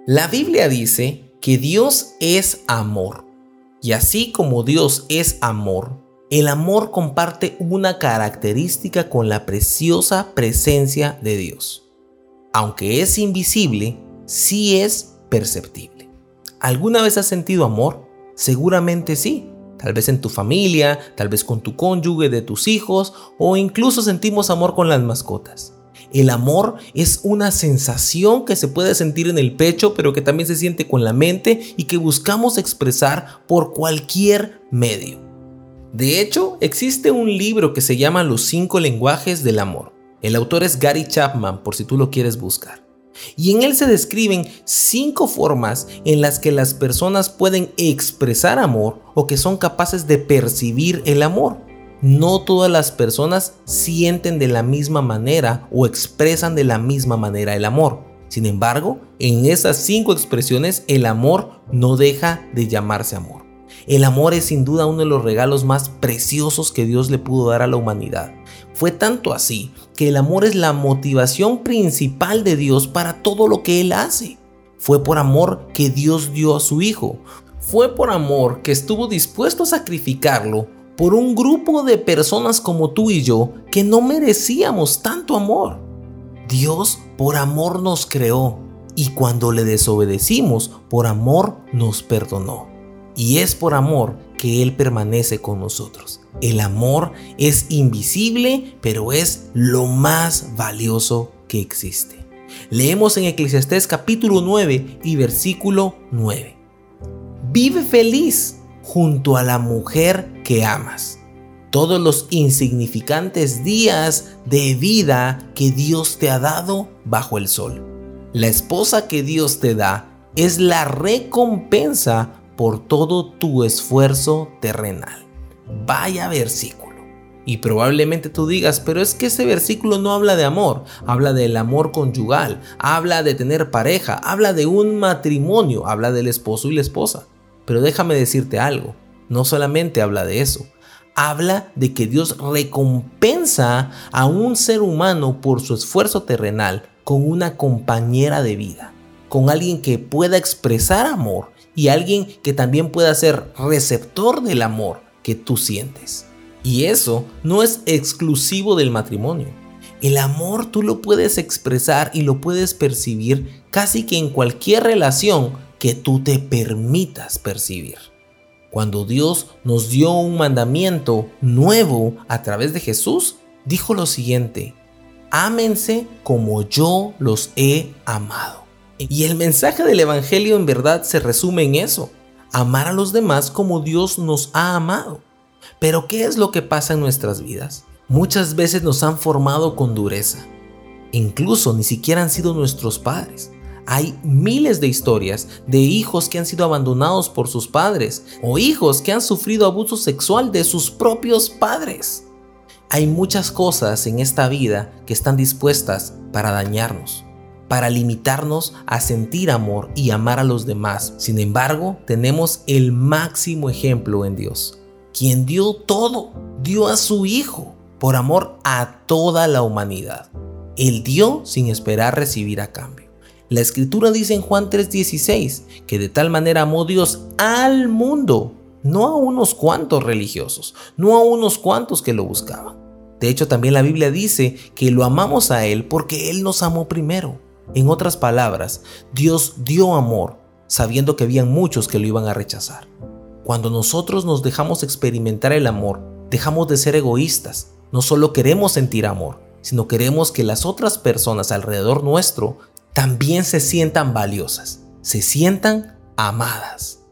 La Biblia dice que Dios es amor. Y así como Dios es amor, el amor comparte una característica con la preciosa presencia de Dios. Aunque es invisible, sí es perceptible. ¿Alguna vez has sentido amor? Seguramente sí. Tal vez en tu familia, tal vez con tu cónyuge, de tus hijos, o incluso sentimos amor con las mascotas. El amor es una sensación que se puede sentir en el pecho, pero que también se siente con la mente y que buscamos expresar por cualquier medio. De hecho, existe un libro que se llama Los 5 lenguajes del amor. El autor es Gary Chapman, por si tú lo quieres buscar. Y en él se describen 5 formas en las que las personas pueden expresar amor o que son capaces de percibir el amor. No todas las personas sienten de la misma manera o expresan de la misma manera el amor. Sin embargo, en esas 5 expresiones el amor no deja de llamarse amor. El amor es sin duda uno de los regalos más preciosos que Dios le pudo dar a la humanidad. Fue tanto así que el amor es la motivación principal de Dios para todo lo que Él hace. Fue por amor que Dios dio a su Hijo. Fue por amor que estuvo dispuesto a sacrificarlo por un grupo de personas como tú y yo que no merecíamos tanto amor. Dios por amor nos creó y cuando le desobedecimos, por amor nos perdonó. Y es por amor que Él permanece con nosotros. El amor es invisible, pero es lo más valioso que existe. Leemos en Eclesiastés capítulo 9 y versículo 9. Vive feliz junto a la mujer que amas. Todos los insignificantes días de vida que Dios te ha dado bajo el sol. La esposa que Dios te da es la recompensa por todo tu esfuerzo terrenal. Vaya versículo. Y probablemente tú digas, pero es que ese versículo no habla de amor, habla del amor conyugal, habla de tener pareja, habla de un matrimonio, habla del esposo y la esposa. Pero déjame decirte algo, no solamente habla de eso, habla de que Dios recompensa a un ser humano por su esfuerzo terrenal con una compañera de vida, con alguien que pueda expresar amor y alguien que también pueda ser receptor del amor que tú sientes. Y eso no es exclusivo del matrimonio. El amor tú lo puedes expresar y lo puedes percibir casi que en cualquier relación que tú te permitas percibir. Cuando Dios nos dio un mandamiento nuevo a través de Jesús, dijo lo siguiente: ámense como yo los he amado. Y el mensaje del Evangelio en verdad se resume en eso: amar a los demás como Dios nos ha amado. Pero ¿qué es lo que pasa en nuestras vidas? Muchas veces nos han formado con dureza. Incluso ni siquiera han sido nuestros padres. Hay miles de historias de hijos que han sido abandonados por sus padres o hijos que han sufrido abuso sexual de sus propios padres. Hay muchas cosas en esta vida que están dispuestas para dañarnos, para limitarnos a sentir amor y amar a los demás. Sin embargo, tenemos el máximo ejemplo en Dios, quien dio todo, dio a su Hijo por amor a toda la humanidad. Él dio sin esperar recibir a cambio. La Escritura dice en Juan 3:16 que de tal manera amó Dios al mundo, no a unos cuantos religiosos, no a unos cuantos que lo buscaban. De hecho, también la Biblia dice que lo amamos a Él porque Él nos amó primero. En otras palabras, Dios dio amor sabiendo que habían muchos que lo iban a rechazar. Cuando nosotros nos dejamos experimentar el amor, dejamos de ser egoístas. No solo queremos sentir amor, sino queremos que las otras personas alrededor nuestro también se sientan valiosas, se sientan amadas.